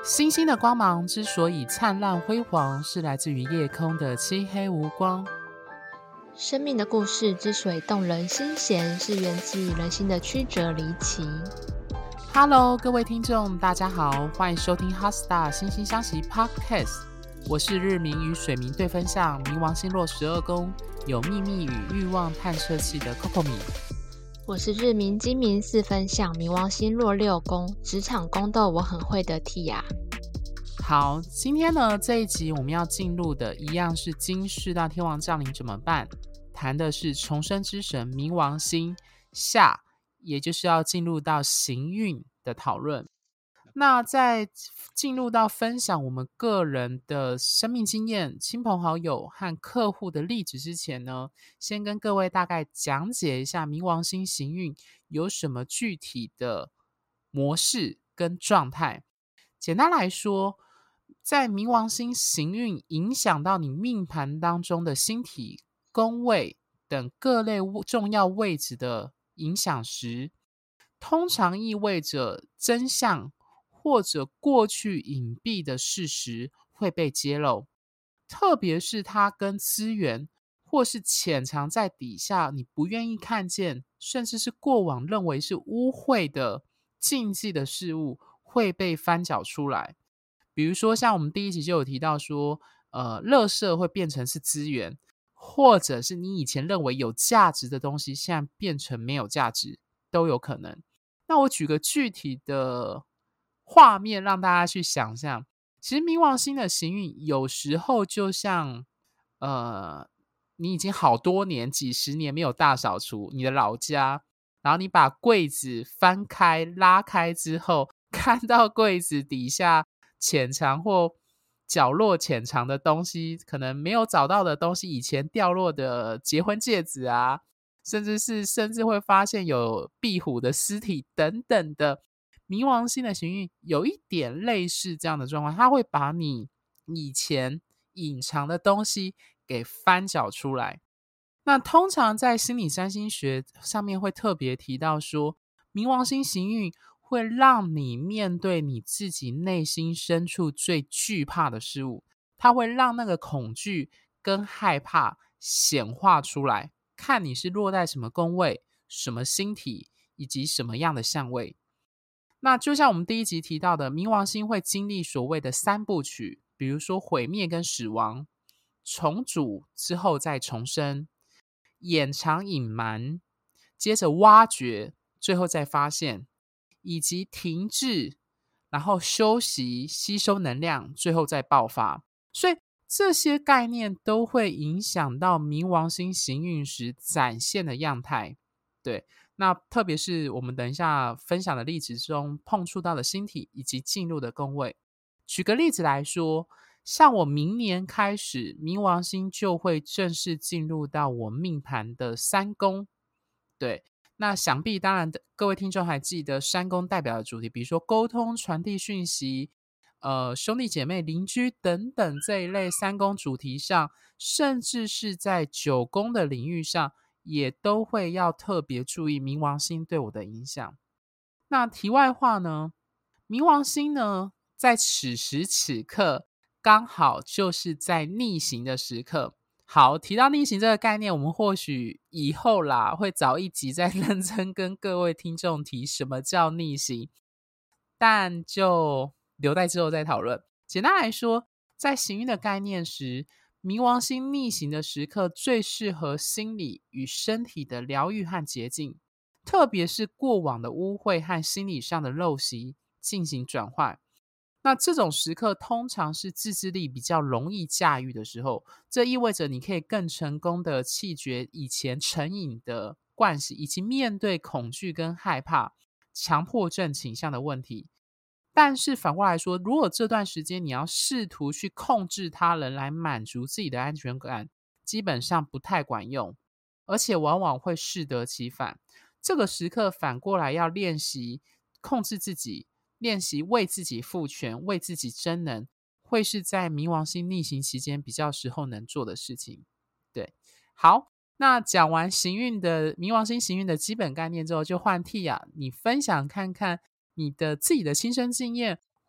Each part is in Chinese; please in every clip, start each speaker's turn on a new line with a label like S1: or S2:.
S1: 星星的光芒之所以灿烂辉煌，是来自于夜空的漆黑无光。
S2: 生命的故事之所以动人心弦，是源自于人心的曲折离奇。
S1: Hello， 各位听众，大家好，欢迎收听 HeartStar 惺惺相惜 Podcast。我是日冥与水冥对分相，冥王星落12宫，有秘密与欲望探测器的 Coco 米。
S2: 我是日冥金冥四分相，冥王星落6宫，职场宫斗我很会的 Tia。
S1: 好，今天呢这一集我们要进入的一样是金世到天王降临怎么办，谈的是重生之神冥王星下，也就是要进入到行运的讨论。那在进入到分享我们个人的生命经验、亲朋好友和客户的例子之前呢，先跟各位大概讲解一下冥王星行运有什么具体的模式跟状态。简单来说，在冥王星行运影响到你命盘当中的星体、宫位等各类重要位置的影响时，通常意味着真相或者过去隐蔽的事实会被揭露，特别是它跟资源或是潜藏在底下你不愿意看见，甚至是过往认为是污秽的禁忌的事物会被翻搅出来。比如说像我们第一集就有提到说垃圾会变成是资源，或者是你以前认为有价值的东西现在变成没有价值都有可能。那我举个具体的画面让大家去想象，其实冥王星的行运有时候就像你已经好多年几十年没有大扫除你的老家，然后你把柜子翻开拉开之后，看到柜子底下潜藏或角落潜藏的东西，可能没有找到的东西，以前掉落的结婚戒指啊，甚至会发现有壁虎的尸体等等的。冥王星的行运有一点类似这样的状况，它会把你以前隐藏的东西给翻搅出来。那通常在心理占星学上面会特别提到说，冥王星行运会让你面对你自己内心深处最惧怕的事物，它会让那个恐惧跟害怕显化出来，看你是落在什么宫位、什么星体以及什么样的相位。那就像我们第一集提到的，冥王星会经历所谓的3部曲，比如说毁灭跟死亡、重组之后再重生、掩藏隐瞒，接着挖掘，最后再发现，以及停滞，然后休息吸收能量，最后再爆发。所以这些概念都会影响到冥王星行运时展现的样态。对，那特别是我们等一下分享的例子中碰触到的星体以及进入的宫位。举个例子来说，像我明年开始，冥王星就会正式进入到我命盘的3宫。对，那想必当然各位听众还记得3宫代表的主题，比如说沟通、传递讯息、兄弟姐妹、邻居等等这一类3宫主题上，甚至是在9宫的领域上，也都会要特别注意冥王星对我的影响。那题外话呢，冥王星呢在此时此刻刚好就是在逆行的时刻。好，提到逆行这个概念，我们或许以后啦会找一集再认真跟各位听众提什么叫逆行，但就留在之后再讨论。简单来说，在行运的概念时，冥王星逆行的时刻最适合心理与身体的疗愈和洁净，特别是过往的污秽和心理上的陋习进行转换。那这种时刻通常是自制力比较容易驾驭的时候，这意味着你可以更成功的弃绝以前成瘾的惯习，以及面对恐惧跟害怕、强迫症倾向的问题。但是反过来说，如果这段时间你要试图去控制他人来满足自己的安全感，基本上不太管用，而且往往会适得其反。这个时刻反过来要练习控制自己，练习为自己赋权，为自己争能，会是在冥王星逆行期间比较时候能做的事情。对，好，那讲完冥王星行运的基本概念之后，就换Tia，你分享看看你的自己的亲身经验，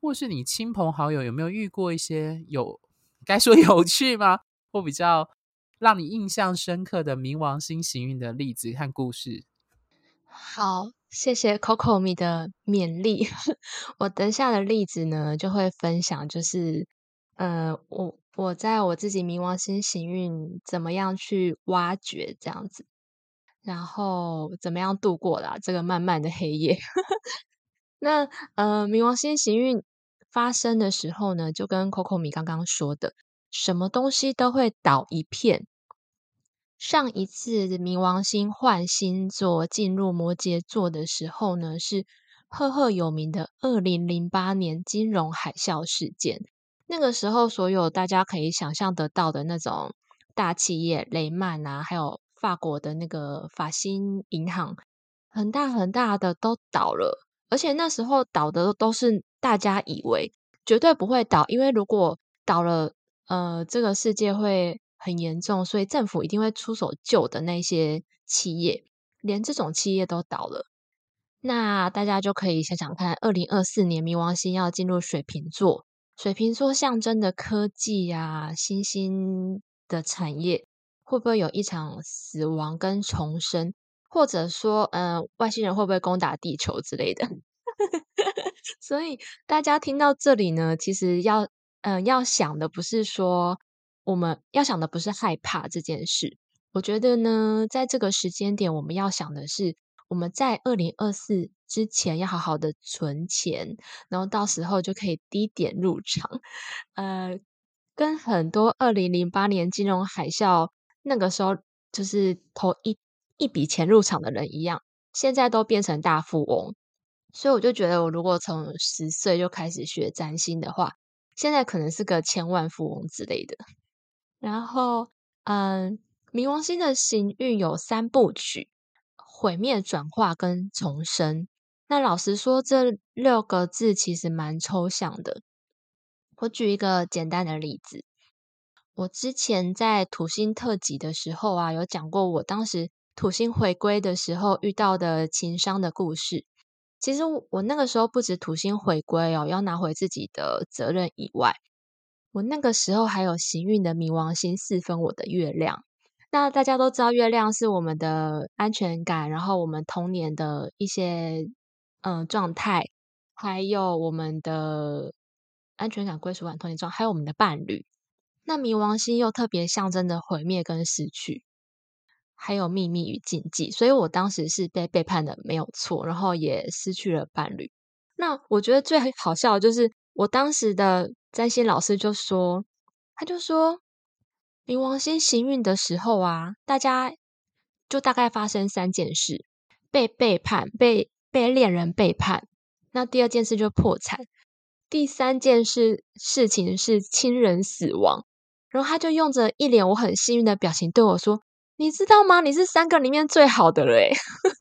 S1: 或是你亲朋好友有没有遇过一些该说有趣吗？或比较让你印象深刻的冥王星行运的例子和故事？
S2: 好，谢谢 Coco 米的勉励。我等下的例子呢，就会分享，就是我在我自己冥王星行运怎么样去挖掘这样子，然后怎么样度过啦这个漫漫的黑夜。那冥王星行运发生的时候呢，就跟 Coco 米刚刚说的，什么东西都会倒一片。上一次冥王星换星座进入摩羯座的时候呢，是赫赫有名的2008年金融海啸事件。那个时候，所有大家可以想象得到的那种大企业，雷曼啊，还有法国的那个法兴银行，很大很大的都倒了。而且那时候倒的都是大家以为绝对不会倒，因为如果倒了，这个世界会很严重，所以政府一定会出手救的那些企业，连这种企业都倒了。那大家就可以想想看2024年冥王星要进入水瓶座，水瓶座象征的科技啊、新兴的产业，会不会有一场死亡跟重生？或者说，外星人会不会攻打地球之类的？所以大家听到这里呢，其实要想的不是说我们要想的不是害怕这件事。我觉得呢，在这个时间点，我们要想的是，我们在2024之前要好好的存钱，然后到时候就可以低点入场。跟很多2008年金融海啸那个时候就是投一笔钱入场的人一样，现在都变成大富翁。所以我就觉得，我如果从10岁就开始学占星的话，现在可能是个千万富翁之类的。然后，嗯，冥王星的行运有3部曲：毁灭、转化跟重生。那老实说，这6个字其实蛮抽象的。我举一个简单的例子，我之前在土星特辑的时候啊，有讲过我当时土星回归的时候遇到的情伤的故事。其实我那个时候不止土星回归哦，要拿回自己的责任以外，我那个时候还有行运的冥王星4分我的月亮。那大家都知道，月亮是我们的安全感，然后我们童年的一些状态，还有我们的安全感、归属感、童年状态，还有我们的伴侣。那冥王星又特别象征着毁灭跟失去，还有秘密与禁忌，所以我当时是被背叛的，没有错，然后也失去了伴侣。那我觉得最好笑的就是，我当时的占星老师就说，他就说，冥王星行运的时候啊，大家就大概发生3件事：被背叛，被恋人背叛。那第二件事就破产，第3件事情是亲人死亡。然后他就用着一脸我很幸运的表情对我说：“你知道吗？你是3个里面最好的了诶。”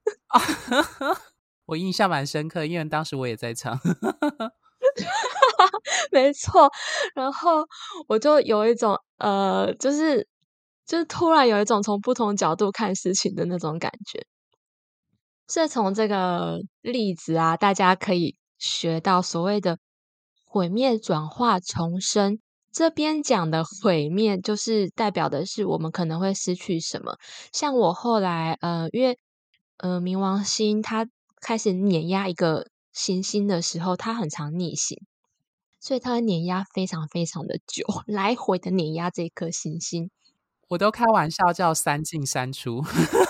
S1: 我印象蛮深刻，因为当时我也在场。
S2: 没错，然后我就有一种就是突然有一种从不同角度看事情的那种感觉。所以从这个例子啊，大家可以学到所谓的毁灭、转化、重生。这边讲的毁灭，就是代表的是我们可能会失去什么。像我后来因为冥王星它开始碾压一个行星的时候，它很常逆行，所以它会碾压非常非常的久，来回的碾压这颗行星。
S1: 我都开玩笑叫三进三出。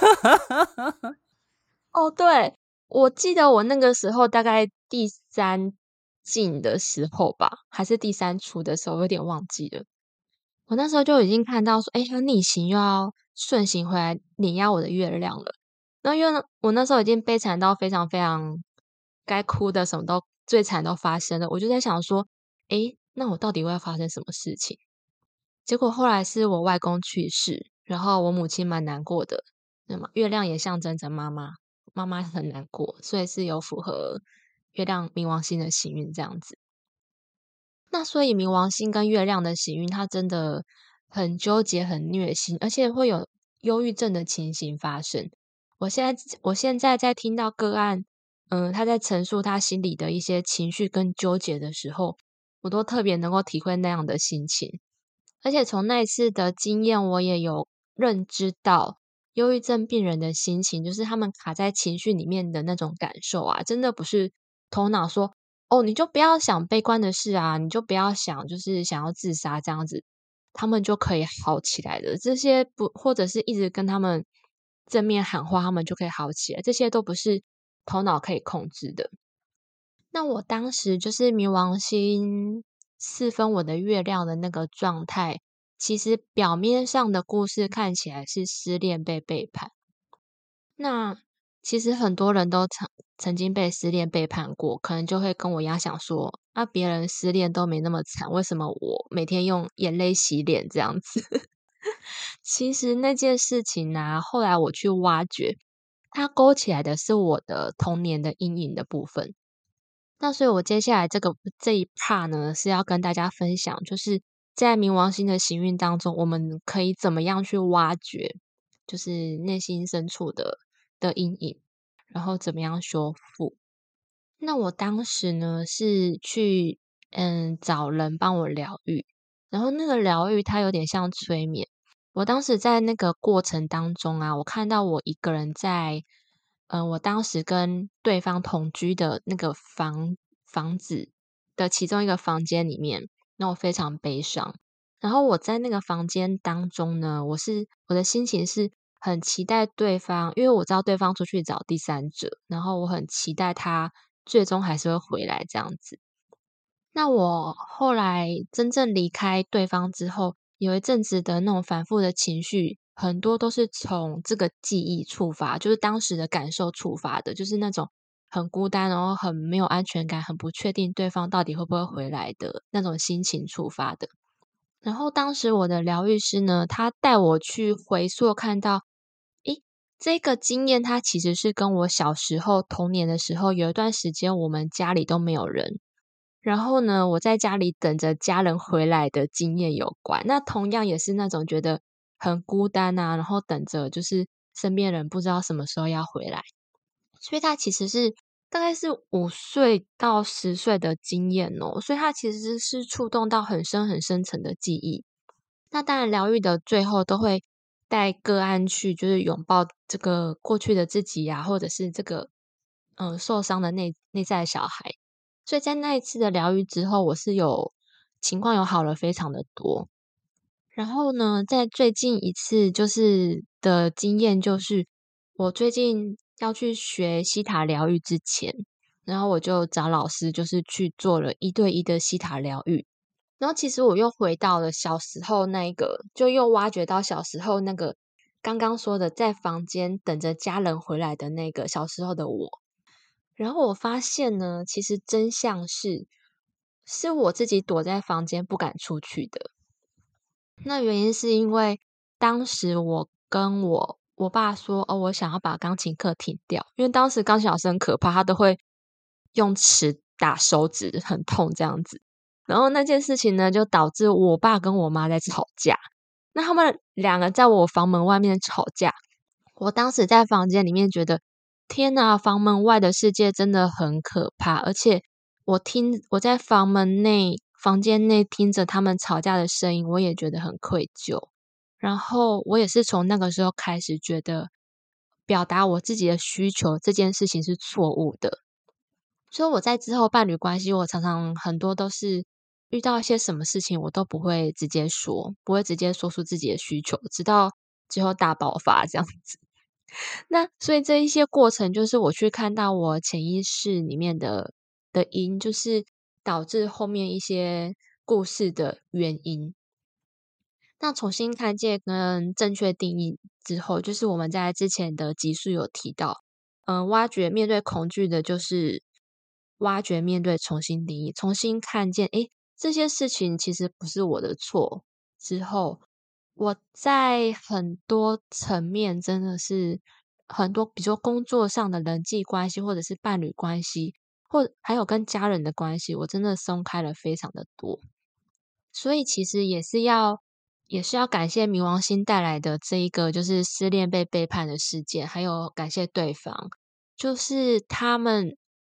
S2: 哦，对，我记得我那个时候大概第3进的时候吧，还是第3出的时候，我有点忘记了。我那时候就已经看到说，诶，它逆行又要顺行回来碾压我的月亮了。那因为呢我那时候已经悲惨到非常非常该哭的什么都最惨都发生了，我就在想说，诶，那我到底会发生什么事情？结果后来是我外公去世，然后我母亲蛮难过的。那么月亮也象征着妈妈，妈妈很难过，所以是有符合月亮冥王星的行运这样子。那所以冥王星跟月亮的行运，它真的很纠结、很虐心，而且会有忧郁症的情形发生。我现在在听到个案， 他在陈述他心里的一些情绪跟纠结的时候，我都特别能够体会那样的心情。而且从那一次的经验，我也有认知到忧郁症病人的心情，就是他们卡在情绪里面的那种感受啊，真的不是头脑说哦，你就不要想悲观的事啊，你就不要想就是想要自杀这样子，他们就可以好起来的。这些不或者是一直跟他们正面喊话，他们就可以好起来，这些都不是头脑可以控制的。那我当时就是冥王星四分我的月亮的那个状态，其实表面上的故事看起来是失恋被背叛。那其实很多人都曾经被失恋背叛过，可能就会跟我一样想说，那别人失恋都没那么惨，为什么我每天用眼泪洗脸这样子？其实那件事情啊，后来我去挖掘，它勾起来的是我的童年的阴影的部分。那所以我接下来这一 part 呢，是要跟大家分享，就是在冥王星的行运当中，我们可以怎么样去挖掘，就是内心深处的阴影，然后怎么样修复。那我当时呢，是去找人帮我疗愈，然后那个疗愈它有点像催眠。我当时在那个过程当中啊，我看到我一个人在我当时跟对方同居的那个房子的其中一个房间里面，那我非常悲伤。然后我在那个房间当中呢，我的心情是很期待对方，因为我知道对方出去找第三者，然后我很期待他最终还是会回来这样子。那我后来真正离开对方之后，有一阵子的那种反复的情绪，很多都是从这个记忆触发，就是当时的感受触发的，就是那种很孤单，然后很没有安全感，很不确定对方到底会不会回来的那种心情触发的。然后当时我的疗愈师呢，他带我去回溯，看到，诶，这个经验它其实是跟我小时候童年的时候，有一段时间我们家里都没有人，然后呢，我在家里等着家人回来的经验有关。那同样也是那种觉得很孤单啊，然后等着就是身边人不知道什么时候要回来。所以它其实是大概是5岁到10岁的经验哦，所以它其实是触动到很深很深层的记忆。那当然疗愈的最后都会带个案去就是拥抱这个过去的自己呀，或者是这个，受伤的内在小孩。所以在那一次的疗愈之后，我是情况有好了非常的多。然后呢，在最近一次的经验就是，我最近要去学西塔疗愈之前，然后我就找老师，就是去做了1对1的西塔疗愈。然后其实我又回到了小时候那一个，就又挖掘到小时候那个刚刚说的在房间等着家人回来的那个小时候的我。然后我发现呢，其实真相是我自己躲在房间不敢出去的。那原因是因为当时我跟我爸说，哦，我想要把钢琴课停掉，因为当时钢琴老师很可怕，他都会用尺打手指，很痛这样子。然后那件事情呢，就导致我爸跟我妈在吵架。那他们两个在我房门外面吵架，我当时在房间里面觉得，天哪，房门外的世界真的很可怕，而且我在房间内听着他们吵架的声音，我也觉得很愧疚。然后我也是从那个时候开始觉得，表达我自己的需求这件事情是错误的。所以我在之后伴侣关系，我常常很多都是遇到一些什么事情，我都不会直接说，不会直接说出自己的需求，直到最后大爆发这样子。那所以这一些过程，就是我去看到我潜意识里面的因，就是导致后面一些故事的原因。那重新看见跟正确定义之后，就是我们在之前的集数有提到，挖掘面对恐惧的，就是挖掘面对重新定义，重新看见，诶，这些事情其实不是我的错。之后，我在很多层面真的是很多，比如说工作上的人际关系，或者是伴侣关系，或还有跟家人的关系，我真的松开了非常的多。所以其实也是要感谢冥王星带来的这一个就是失恋被背叛的事件，还有感谢对方，就是他们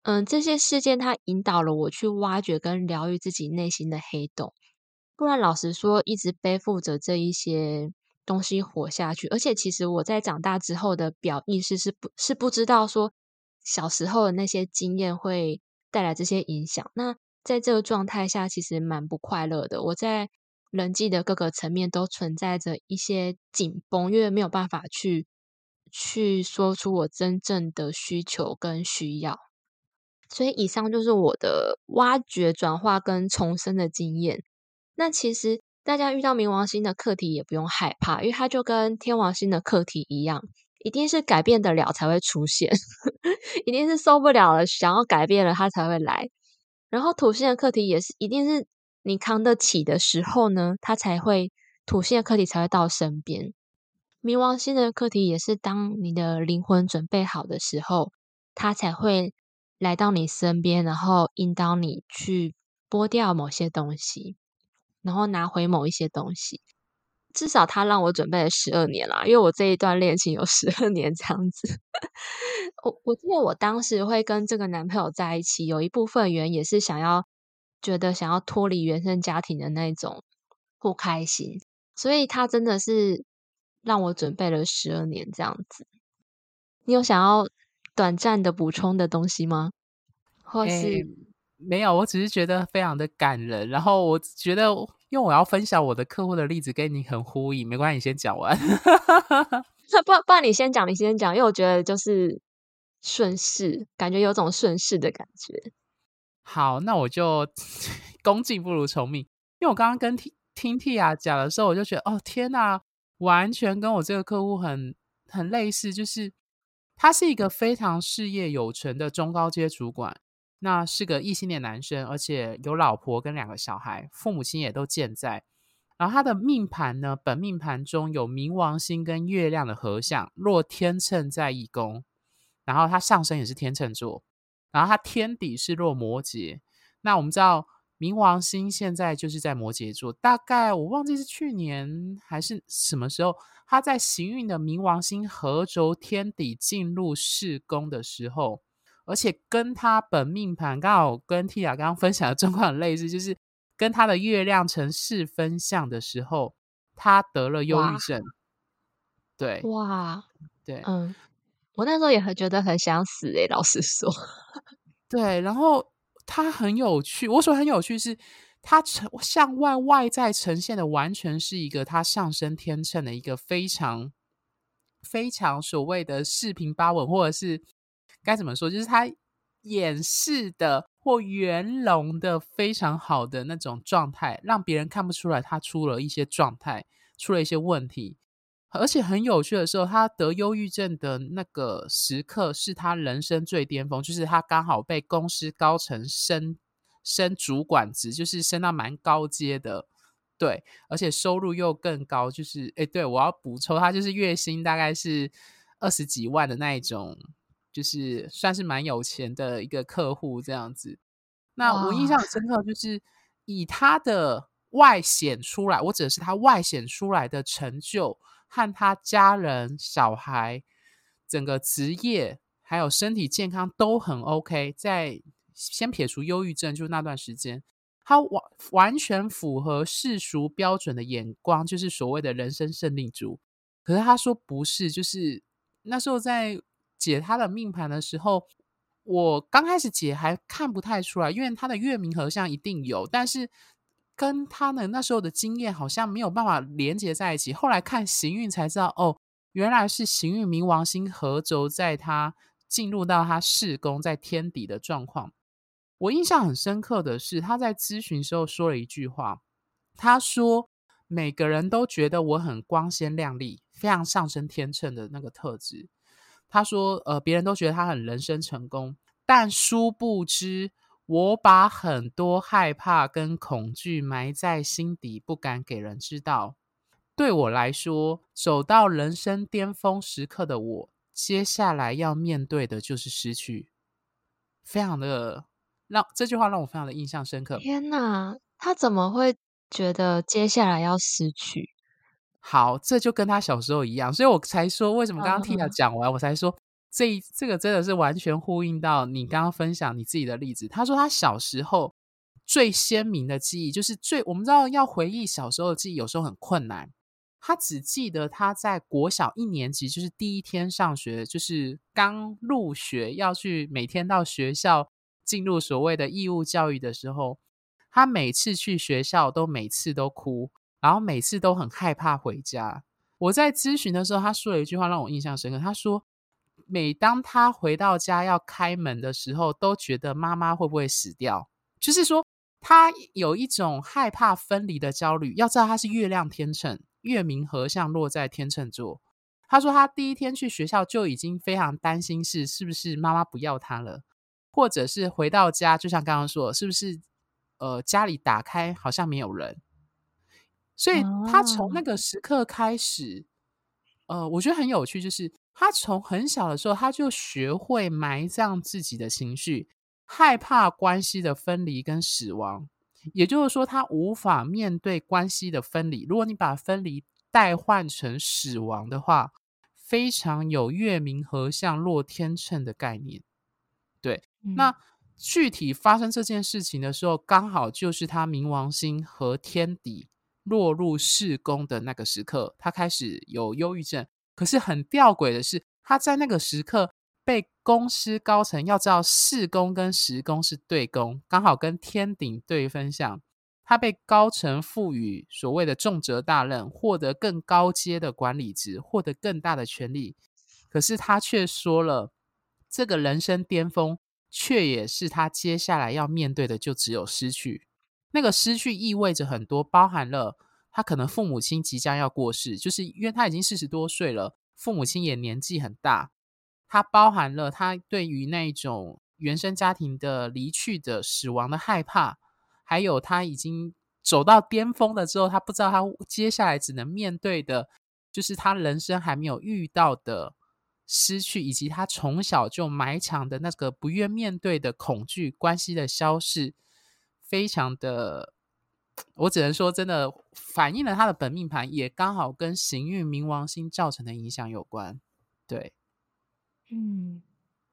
S2: 这些事件它引导了我去挖掘跟疗愈自己内心的黑洞。不然老实说，一直背负着这一些东西活下去，而且其实我在长大之后的表意识是不知道说小时候的那些经验会带来这些影响。那在这个状态下，其实蛮不快乐的。我在人际的各个层面都存在着一些紧绷，因为没有办法去说出我真正的需求跟需要。所以以上就是我的挖掘、转化跟重生的经验。那其实大家遇到冥王星的课题也不用害怕，因为它就跟天王星的课题一样，一定是改变得了才会出现，一定是受不了了，想要改变了它才会来。然后土星的课题也是，一定是你扛得起的时候呢，土星的课题才会到身边。冥王星的课题也是当你的灵魂准备好的时候，它才会来到你身边，然后引导你去剥掉某些东西，然后拿回某一些东西。至少他让我准备了12年啦，因为我这一段恋情有12年这样子。我记得我当时会跟这个男朋友在一起，有一部分原因也是觉得想要脱离原生家庭的那种不开心，所以他真的是让我准备了12年这样子。你有想要短暂的补充的东西吗？或
S1: 诶，
S2: 是
S1: 没有，我只是觉得非常的感人，然后我觉得因为我要分享我的客户的例子跟你很呼应，没关系，你先讲完。
S2: 不然你先讲，因为我觉得就是顺势，感觉有种顺势的感觉。
S1: 好，那我就恭敬不如从命。因为我刚刚跟听 Tia 讲的时候，我就觉得哦天哪，完全跟我这个客户很类似，就是他是一个非常事业有成的中高阶主管，那是个异性恋男生，而且有老婆跟2个小孩，父母亲也都健在。然后他的命盘呢，本命盘中有冥王星跟月亮的合相，若天秤在一宫，然后他上升也是天秤座。然后它天底是落摩羯，那我们知道冥王星现在就是在摩羯座，大概我忘记是去年还是什么时候，它在行运的冥王星合轴天底进入四宫的时候，而且跟它本命盘刚好跟 Tia 刚刚分享的状况很类似，就是跟它的月亮成4分相的时候，他得了忧郁
S2: 哇
S1: 症。对
S2: 哇，
S1: 对，
S2: 嗯，我那时候也觉得很想死诶，老实说。
S1: 对，然后它很有趣。我说很有趣是，它向外在呈现的完全是一个它上升天秤的一个非常所谓的四平八稳，或者是该怎么说，就是它掩饰的或圆融的非常好的那种状态，让别人看不出来他出了一些状态，出了一些问题。而且很有趣的时候，他得忧郁症的那个时刻是他人生最巅峰，就是他刚好被公司高层升主管职，就是升到蛮高阶的，对，而且收入又更高，就是对，我要补充，他就是月薪大概是20几万的那一种，就是算是蛮有钱的一个客户这样子。那我印
S2: 哇，
S1: 象很深刻，就是以他的外显出来，我指的是他外显出来的成就和他家人、小孩、整个职业还有身体健康都很 OK。在先撇除忧郁症，就那段时间，他完全符合世俗标准的眼光，就是所谓的人生胜利组。可是他说不是，就是那时候在解他的命盘的时候，我刚开始解还看不太出来，因为他的月明合相一定有，但是跟他的那时候的经验好像没有办法连接在一起。后来看行运才知道，哦，原来是行运冥王星合轴在他进入到他四宫在天底的状况。我印象很深刻的是，他在咨询时候说了一句话，他说每个人都觉得我很光鲜亮丽，非常上升天秤的那个特质。他说别人都觉得他很人生成功，但殊不知我把很多害怕跟恐惧埋在心底，不敢给人知道。对我来说，走到人生巅峰时刻的我，接下来要面对的就是失去。非常的这句话让我非常的印象深刻。
S2: 天哪，他怎么会觉得接下来要失去？
S1: 好，这就跟他小时候一样，所以我才说为什么刚刚 Tia
S2: 嗯哼，
S1: 讲完，我才说这个真的是完全呼应到你刚刚分享你自己的例子。他说他小时候最鲜明的记忆，就是我们知道要回忆小时候的记忆有时候很困难，他只记得他在国小1年级，就是第一天上学，就是刚入学要去每天到学校进入所谓的义务教育的时候，他每次去学校都每次都哭，然后每次都很害怕回家。我在咨询的时候，他说了一句话让我印象深刻，他说每当他回到家要开门的时候，都觉得妈妈会不会死掉，就是说他有一种害怕分离的焦虑。要知道他是月亮天秤，月明合相落在天秤座。他说他第一天去学校就已经非常担心是不是妈妈不要他了，或者是回到家就像刚刚说的，是不是家里打开好像没有人。所以他从那
S2: 哦，
S1: 个时刻开始，我觉得很有趣，就是他从很小的时候他就学会埋葬自己的情绪，害怕关系的分离跟死亡。也就是说，他无法面对关系的分离。如果你把分离代换成死亡的话，非常有月明合相落天秤的概念。对，
S2: 嗯
S1: 那具体发生这件事情的时候，刚好就是他冥王星和天底落入巳宫的那个时刻，他开始有忧郁症。可是很吊诡的是，他在那个时刻被公司高层，要知道巳宫跟时宫是对宫，刚好跟天顶对分相，他被高层赋予所谓的重责大任，获得更高阶的管理职，获得更大的权利。可是他却说了，这个人生巅峰却也是他接下来要面对的，就只有失去。那个失去意味着很多，包含了他可能父母亲即将要过世，就是因为他已经40多岁了，父母亲也年纪很大。他包含了他对于那种原生家庭的离去的死亡的害怕，还有他已经走到巅峰了之后，他不知道他接下来只能面对的，就是他人生还没有遇到的失去，以及他从小就埋藏的那个不愿面对的恐惧，关系的消逝，非常的，我只能说真的反映了他的本命盘，也刚好跟行运冥王星造成的影响有关。对，
S2: 嗯，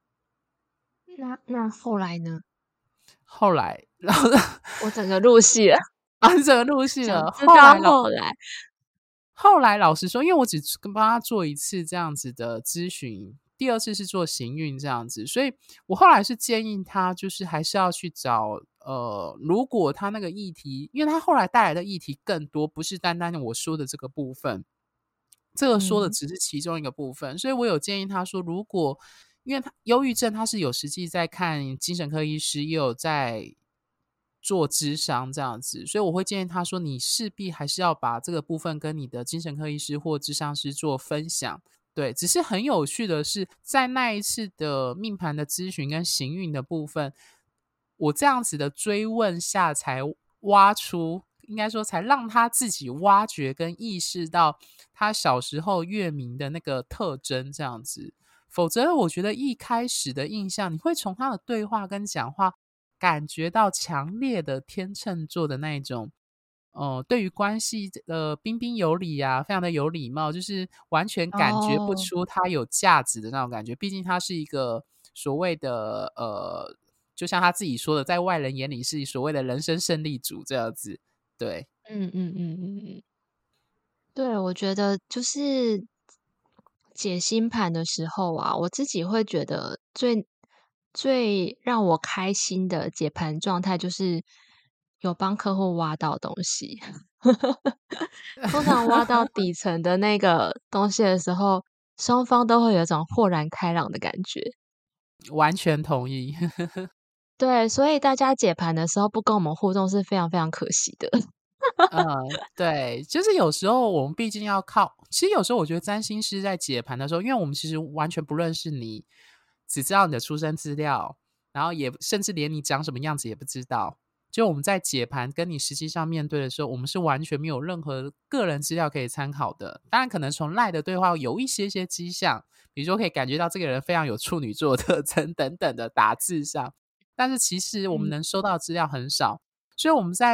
S2: 那后来呢？
S1: 后来，然后
S2: 我整个入戏了，
S1: 啊，整个入戏了。
S2: 想知道后来。
S1: 后来老实说，因为我只帮他做一次这样子的咨询，第二次是做行运这样子，所以我后来是建议他，就是还是要去找如果他那个议题，因为他后来带来的议题更多，不是单单我说的这个部分，这个说的
S2: 嗯
S1: 只是其中一个部分，所以我有建议他说，如果因为他忧郁症，他是有实际在看精神科医师，也有在做咨商这样子，所以我会建议他说，你势必还是要把这个部分跟你的精神科医师或咨商师做分享。对，只是很有趣的是，在那一次的命盘的咨询跟行运的部分，我这样子的追问下，才挖出，应该说才让他自己挖掘跟意识到他小时候月明的那个特征这样子。否则我觉得一开始的印象，你会从他的对话跟讲话感觉到强烈的天秤座的那一种对于关系彬彬有礼啊，非常的有礼貌，就是完全感觉不
S2: 哦，
S1: 出他有价值的那种感觉。毕竟他是一个所谓的就像他自己说的，在外人眼里是所谓的人生胜利组这样子。对，
S2: 嗯，对，我觉得就是解星盘的时候啊，我自己会觉得最让我开心的解盘状态，就是有帮客户挖到东西。通常挖到底层的那个东西的时候，双方都会有一种豁然开朗的感觉。
S1: 完全同意。
S2: 对，所以大家解盘的时候不跟我们互动是非常非常可惜的。
S1: 对，就是有时候我们毕竟要靠，其实有时候我觉得占星师在解盘的时候，因为我们其实完全不认识你，只知道你的出生资料，然后也甚至连你长什么样子也不知道。就我们在解盘跟你实际上面对的时候，我们是完全没有任何个人资料可以参考的。当然，可能从赖的对话有一些迹象，比如说可以感觉到这个人非常有处女座的特征等等的打字上，但是其实我们
S2: 嗯
S1: 能收到的资料很少。所以我们在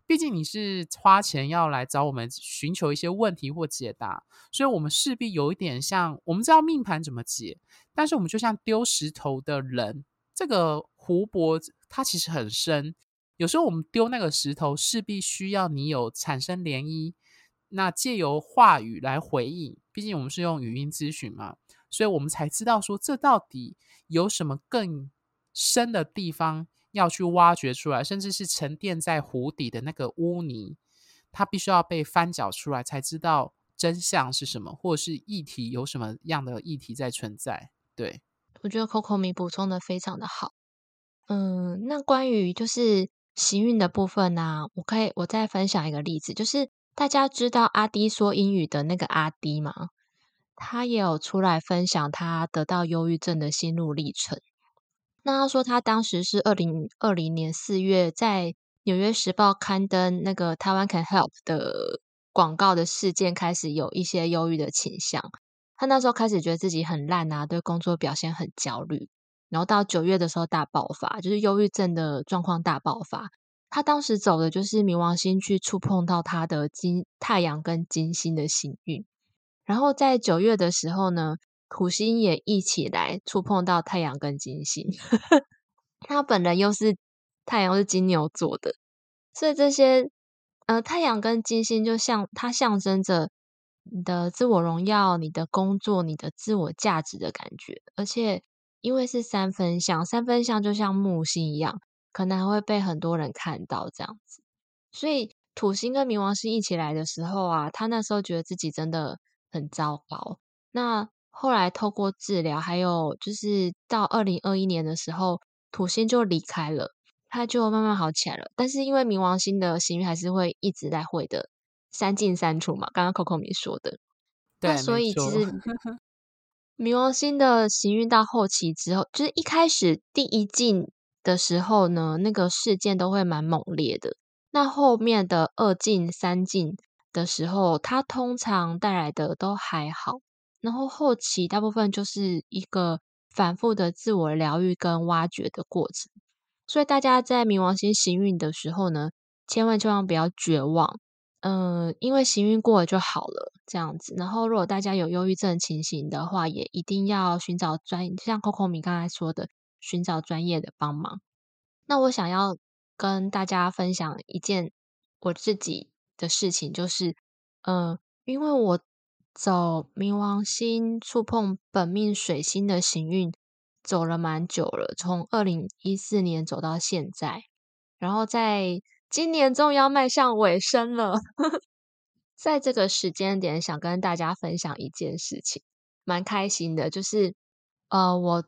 S1: 毕竟你是花钱要来找我们寻求一些问题或解答，所以我们势必有一点像，我们知道命盘怎么解，但是我们就像丢石头的人，这个湖泊它其实很深，有时候我们丢那个石头，势必需要你有产生涟漪，那借由话语来回应，毕竟我们是用语音咨询嘛，所以我们才知道说这到底有什么更深的地方要去挖掘出来，甚至是沉淀在湖底的那个污泥，它必须要被翻搅出来，才知道真相是什么，或者是议题有什么样的议题在存在。对，
S2: 我觉得 Coco 米补充的非常的好。那关于就是行运的部分呢、我再分享一个例子，就是大家知道阿迪说英语的那个阿迪吗？他也有出来分享他得到忧郁症的心路历程。那他说他当时是2020年4月在《纽约时报》刊登那个台湾 Can Help 的广告的事件，开始有一些忧郁的倾向。他那时候开始觉得自己很烂啊，对工作表现很焦虑，然后到9月的时候大爆发，就是忧郁症的状况大爆发。他当时走的就是冥王星去触碰到他的太阳跟金星的幸运，然后在9月的时候呢，土星也一起来触碰到太阳跟金星。他本人又是太阳是金牛座的，所以这些太阳跟金星就像它象征着你的自我荣耀、你的工作、你的自我价值的感觉。而且因为是三分相，三分相就像木星一样，可能还会被很多人看到这样子。所以土星跟冥王星一起来的时候啊，他那时候觉得自己真的很糟糕。那后来透过治疗，还有就是到2021年的时候，土星就离开了，他就慢慢好起来了。但是因为冥王星的行运还是会一直在会的三进三出嘛，刚刚 Coco 米说的。那
S1: 对，
S2: 所
S1: 没错，
S2: 以其实冥王星的行运到后期之后，就是一开始第一进的时候呢，那个事件都会蛮猛烈的。那后面的二进、三进的时候，它通常带来的都还好。然后后期大部分就是一个反复的自我疗愈跟挖掘的过程。所以大家在冥王星行运的时候呢，千万不要绝望。因为行运过了就好了，这样子。然后，如果大家有忧郁症情形的话，也一定要寻找像 Coco 米刚才说的，寻找专业的帮忙。那我想要跟大家分享一件我自己的事情，就是因为我走冥王星触碰本命水星的行运，走了蛮久了，从2014年走到现在，然后在今年终于要迈向尾声了。在这个时间点，想跟大家分享一件事情，蛮开心的，就是我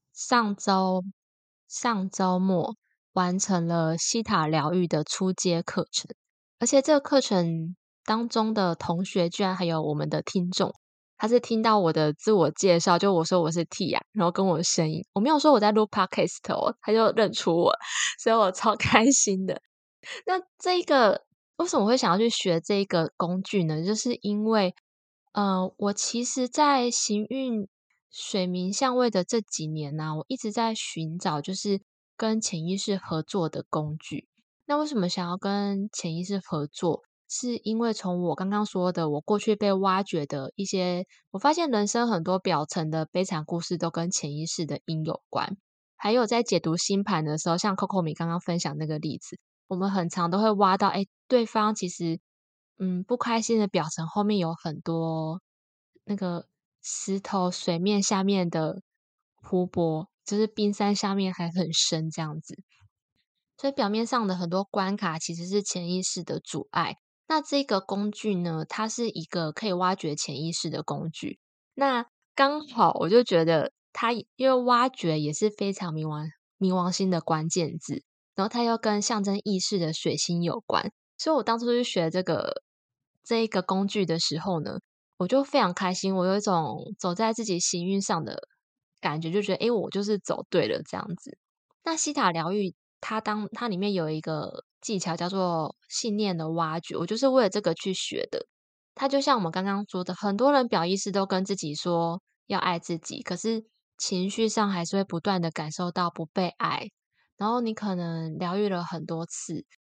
S2: 上周末完成了西塔疗愈的初阶课程，而且这个课程当中的同学居然还有我们的听众，他是听到我的自我介绍，就我说我是 Tia，然后跟我的声音，我没有说我在录 Podcast 哦，他就认出我，所以我超开心的。那这一个为什么会想要去学这个工具呢？就是因为，我其实在行运水冥相位的这几年呢，我一直在寻找就是跟潜意识合作的工具。那为什么想要跟潜意识合作？是因为从我刚刚说的，我过去被挖掘的一些，我发现人生很多表层的悲惨故事都跟潜意识的因有关。还有在解读星盘的时候，像 Coco 米刚刚分享那个例子。我们很常都会挖到，哎，对方其实，不开心的表层后面有很多那个石头水面下面的湖泊，就是冰山下面还很深这样子。所以表面上的很多关卡其实是潜意识的阻碍。那这个工具呢，它是一个可以挖掘潜意识的工具。那刚好我就觉得它因为挖掘也是非常冥王星的关键字。然后它又跟象征意识的水星有关，所以我当初去学这一个工具的时候呢，我就非常开心，我有一种走在自己行运上的感觉，就觉得诶，我就是走对了这样子。那西塔疗愈它里面有一个技巧叫做信念的挖掘，我就是为了这个去学的。它就像我们刚刚说的，很多人表意识都跟自己说要爱自己，可是情绪上还是会不断的感受到不被爱。然后你可能疗愈了很多次，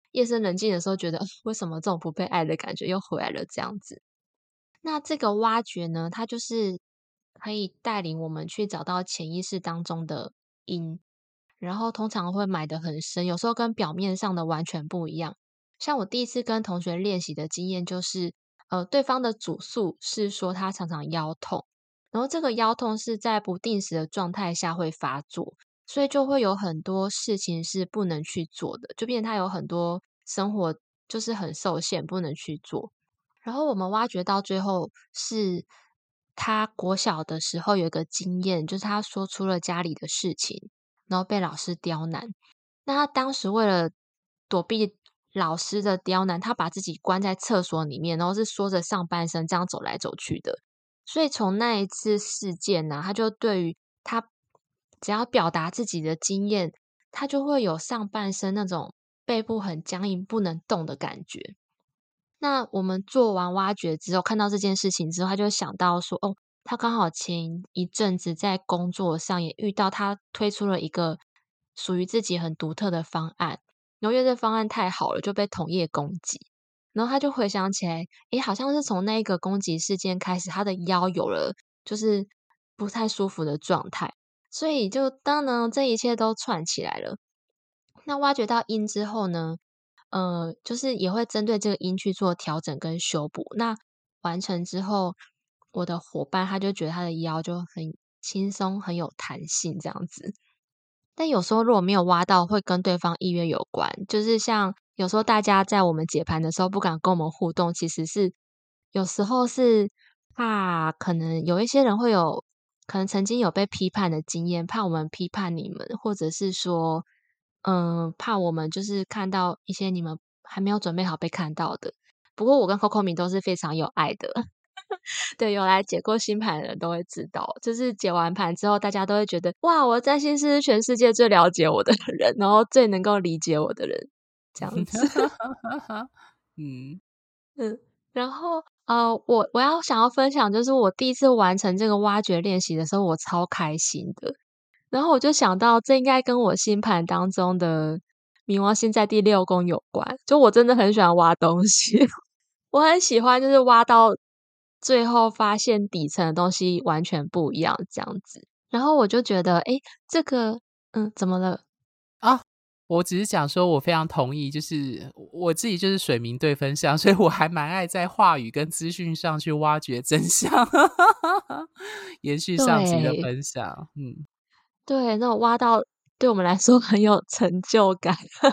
S2: 夜深人静的时候觉得，为什么这种不被爱的感觉又回来了这样子。那这个挖掘呢，它就是可以带领我们去找到潜意识当中的因，然后通常会埋得很深，有时候跟表面上的完全不一样。像我第一次跟同学练习的经验就是，对方的主诉是说他常常腰痛，然后这个腰痛是在不定时的状态下会发作，所以就会有很多事情是不能去做的，就变成他有很多生活就是很受限，不能去做。然后我们挖掘到最后是他国小的时候有一个经验，就是他说出了家里的事情，然后被老师刁难。那他当时为了躲避老师的刁难，他把自己关在厕所里面，然后是缩着上半身这样走来走去的。所以从那一次事件呢，他就对于他只要表达自己的经验，他就会有上半身那种背部很僵硬、不能动的感觉。那我们做完挖掘之后，看到这件事情之后，他就想到说，哦，他刚好前一阵子在工作上也遇到他推出了一个属于自己很独特的方案，然后因为这方案太好了，就被同业攻击。然后他就回想起来，诶，好像是从那一个攻击事件开始，他的腰有了就是不太舒服的状态，所以就当然这一切都串起来了。那挖掘到因之后呢，就是也会针对这个因去做调整跟修补。那完成之后，我的伙伴他就觉得他的腰就很轻松，很有弹性这样子。但有时候如果没有挖到，会跟对方意愿有关。就是像有时候大家在我们解盘的时候不敢跟我们互动，其实是有时候是怕可能有一些人会有可能曾经有被批判的经验，怕我们批判你们，或者是说，怕我们就是看到一些你们还没有准备好被看到的。不过我跟 Coco 米都是非常有爱的。对，有来解过星盘的人都会知道，就是解完盘之后，大家都会觉得，哇，我占星师是全世界最了解我的人，然后最能够理解我的人，这样子。
S1: 嗯，
S2: 嗯，然后我想要分享，就是我第一次完成这个挖掘练习的时候，我超开心的。然后我就想到，这应该跟我星盘当中的冥王星在第六宫有关。就我真的很喜欢挖东西，我很喜欢，就是挖到最后发现底层的东西完全不一样这样子。然后我就觉得，诶，这个怎么了？
S1: 啊，我只是讲说我非常同意，就是我自己就是水明对分相，所以我还蛮爱在话语跟资讯上去挖掘真相。延续上集的
S2: 对，
S1: 分享，
S2: 对，那种挖到对我们来说很有成就感。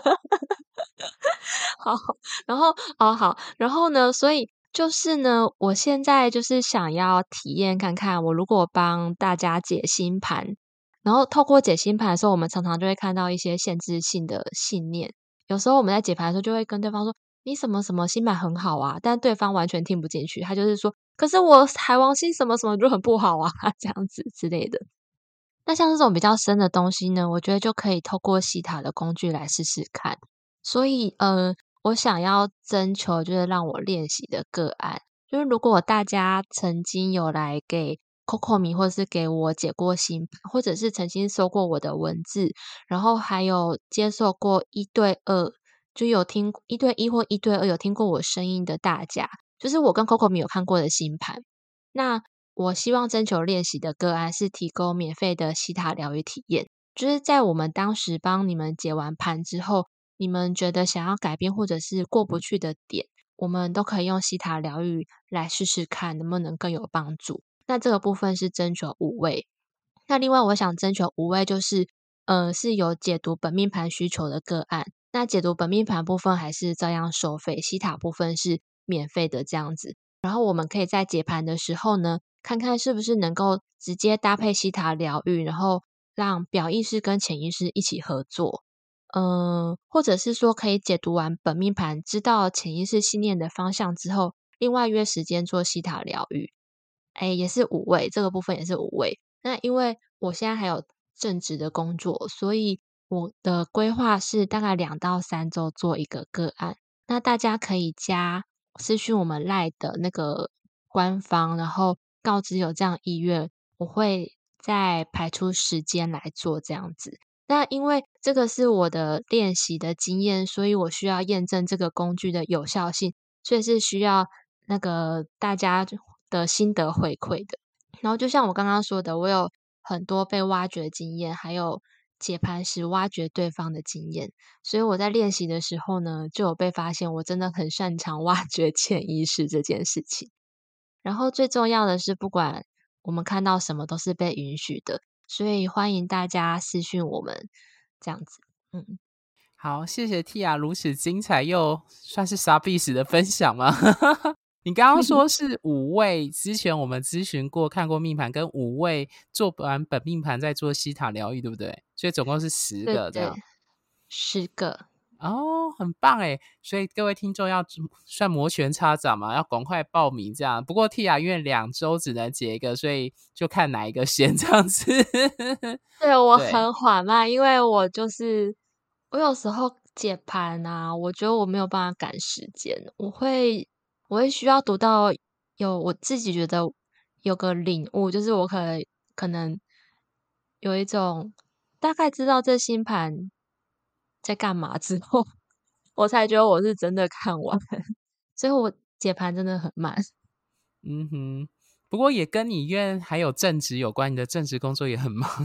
S2: 好，然后好，然后呢，所以就是呢，我现在就是想要体验看看，我如果帮大家解星盘，然后透过解星盘的时候，我们常常就会看到一些限制性的信念。有时候我们在解盘的时候，就会跟对方说：“你什么什么星盘很好啊。”但对方完全听不进去，他就是说：“可是我海王星什么什么就很不好啊。”这样子之类的。那像这种比较深的东西呢，我觉得就可以透过西塔的工具来试试看。所以，我想要征求就是让我练习的个案，就是如果大家曾经有来给 Coco 米，或者是给我解过星盘，或者是曾经收过我的文字，然后还有接受过一对二，就有听一对一或一对二有听过我声音的大家，就是我跟 Coco 米有看过的星盘。那我希望征求练习的个案是提供免费的西塔疗愈体验，就是在我们当时帮你们解完盘之后，你们觉得想要改变或者是过不去的点，我们都可以用西塔疗愈来试试看能不能更有帮助。那这个部分是征求五位。那另外我想征求五位，就是是有解读本命盘需求的个案。那解读本命盘部分还是照样收费，西塔部分是免费的这样子。然后我们可以在解盘的时候呢，看看是不是能够直接搭配西塔疗愈，然后让表意识跟潜意识一起合作。或者是说可以解读完本命盘，知道潜意识信念的方向之后，另外约时间做西塔疗愈。也是五位，这个部分也是五位。那因为我现在还有正职的工作，所以我的规划是大概2到3周做一个个案。那大家可以加私讯我们 LINE 的那个官方，然后告知有这样意愿，我会再排出时间来做这样子。 那因为这个是我的练习的经验，所以我需要验证这个工具的有效性，所以是需要那个大家的心得回馈的。然后就像我刚刚说的，我有很多被挖掘经验，还有解盘时挖掘对方的经验，所以我在练习的时候呢，就有被发现我真的很擅长挖掘潜意识这件事情。然后最重要的是，不管我们看到什么都是被允许的，所以欢迎大家私讯我们这样子。嗯，
S1: 好，谢谢 Tia 如此精彩又算是傻逼史的分享吗？你刚刚说是5位，之前我们咨询过、看过命盘，跟5位做完本命盘再做西塔疗愈，对不对？所以总共是10个这
S2: 对对，
S1: 样。
S2: 10个。
S1: 哦，很棒诶，所以各位听众要算摩拳擦掌嘛，要赶快报名这样。不过 Tia 因为2周只能解一个，所以就看哪一个先这样子。
S2: 对，我
S1: 对，
S2: 很缓慢，因为我有时候解盘啊，我觉得我没有办法赶时间，我会需要读到我自己觉得有个领悟，就是我可能有一种大概知道这星盘在干嘛之后，我才觉得我是真的看完，所以我解盘真的很慢。
S1: 嗯哼。不过也跟你因为还有正职有关，你的正职工作也很忙。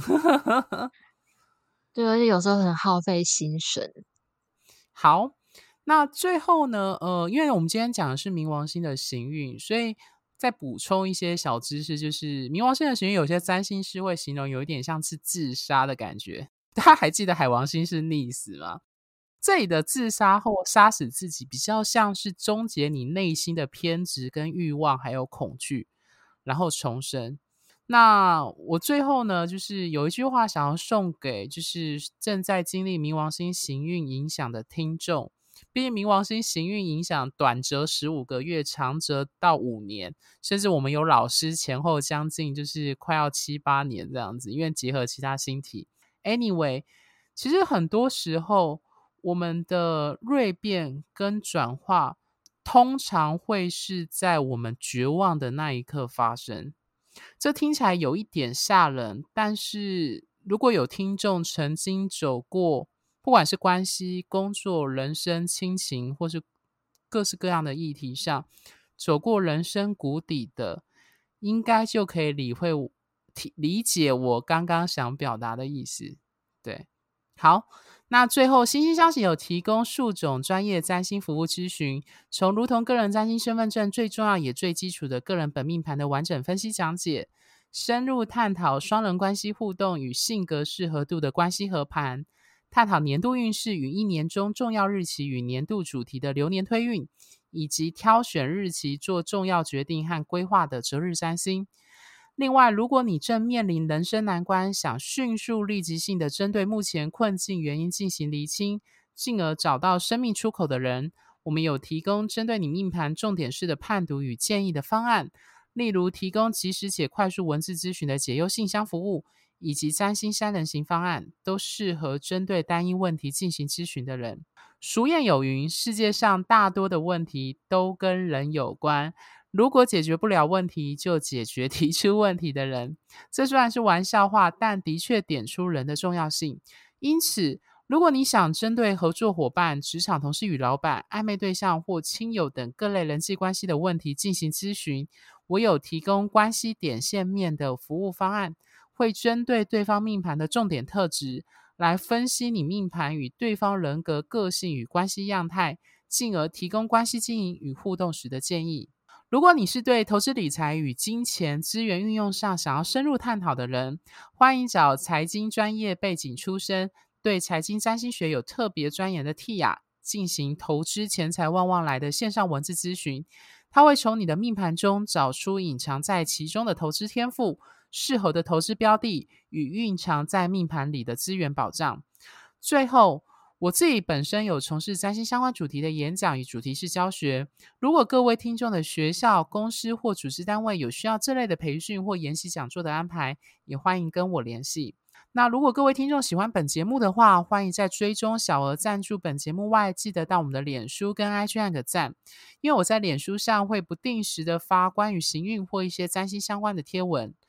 S2: 对，而且有时候很耗费心神。
S1: 好，那最后呢，因为我们今天讲的是冥王星的行运，所以再补充一些小知识，就是冥王星的行运，有些占星师会形容有一点像是自杀的感觉。大家还记得海王星是溺死吗？这里的自杀后杀死自己，比较像是终结你内心的偏执跟欲望，还有恐惧，然后重生。那我最后呢，就是有一句话想要送给就是正在经历冥王星行运影响的听众。毕竟冥王星行运影响短则15个月，长则到5年，甚至我们有老师前后将近就是快要7、8年这样子，因为结合其他星体。Anyway，其实很多时候我们的蜕变跟转化，通常会是在我们绝望的那一刻发生。这听起来有一点吓人，但是如果有听众曾经走过，不管是关系、工作、人生、亲情，或是各式各样的议题上，走过人生谷底的，应该就可以理解我刚刚想表达的意思。对，好，那最后星星消息有提供数种专业占星服务咨询，从如同个人占星身份证最重要也最基础的个人本命盘的完整分析讲解，深入探讨双人关系互动与性格适合度的关系合盘，探讨年度运势与一年中重要日期与年度主题的流年推运，以及挑选日期做重要决定和规划的择日占星。另外，如果你正面临人生难关，想迅速立即性的针对目前困境原因进行厘清，进而找到生命出口的人，我们有提供针对你命盘重点式的判读与建议的方案，例如提供即时且快速文字咨询的解忧信箱服务，以及占星3人行方案，都适合针对单一问题进行咨询的人。俗谚有云，世界上大多的问题都跟人有关，如果解决不了问题，就解决提出问题的人。这虽然是玩笑话，但的确点出人的重要性。因此，如果你想针对合作伙伴、职场同事与老板、暧昧对象或亲友等各类人际关系的问题进行咨询，我有提供关系点线面的服务方案，会针对对方命盘的重点特质，来分析你命盘与对方人格、个性与关系样态，进而提供关系经营与互动时的建议。如果你是对投资理财与金钱资源运用上想要深入探讨的人，欢迎找财经专业背景出身、对财经占星学有特别钻研的 Tia 进行投资钱财旺旺来的线上文字咨询。他会从你的命盘中找出隐藏在其中的投资天赋、适合的投资标的与蕴藏在命盘里的资源保障。最后，我自己本身有从事占星相关主题的演讲与主题式教学，如果各位听众的学校、公司或组织单位有需要这类的培训或研习讲座的安排，也欢迎跟我联系。那如果各位听众喜欢本节目的话，欢迎在追踪小额赞助本节目外，记得到我们的脸书跟 IG 按个赞，因为我在脸书上会不定时的发关于行运或一些占星相关的贴文。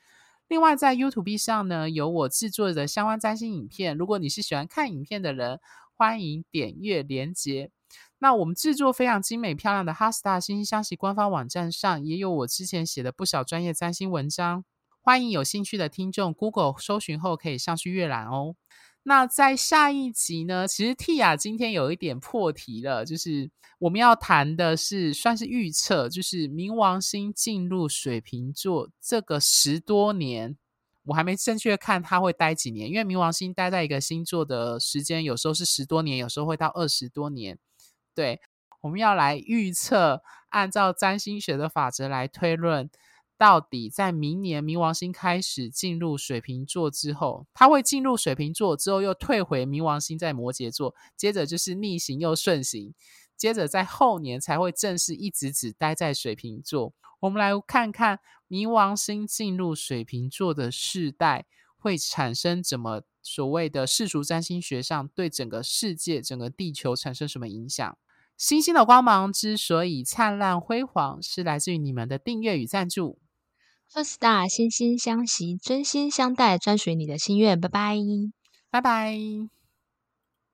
S1: 另外在 YouTube 上呢，有我制作的相关占星影片，如果你是喜欢看影片的人，欢迎点阅连结。那我们制作非常精美漂亮的哈斯塔星星相惜官方网站上，也有我之前写的不少专业占星文章，欢迎有兴趣的听众 Google 搜寻后可以上去阅览哦。那在下一集呢，其实 Tia 今天有一点破题了，就是我们要谈的是算是预测，就是冥王星进入水瓶座这个10多年，我还没正确看它会待几年，因为冥王星待在一个星座的时间有时候是10多年，有时候会到20多年。对，我们要来预测，按照占星学的法则来推论，到底在明年冥王星开始进入水瓶座之后，它会进入水瓶座之后又退回冥王星在摩羯座，接着就是逆行又顺行，接着在后年才会正式一直只待在水瓶座。我们来看看冥王星进入水瓶座的世代会产生怎么所谓的世俗占星学上对整个世界、整个地球产生什么影响。星星的光芒之所以灿烂辉煌，是来自于你们的订阅与赞助。
S2: First Star 惺惺相惜，真心相待，专属于你的心愿。拜拜。
S1: 拜拜。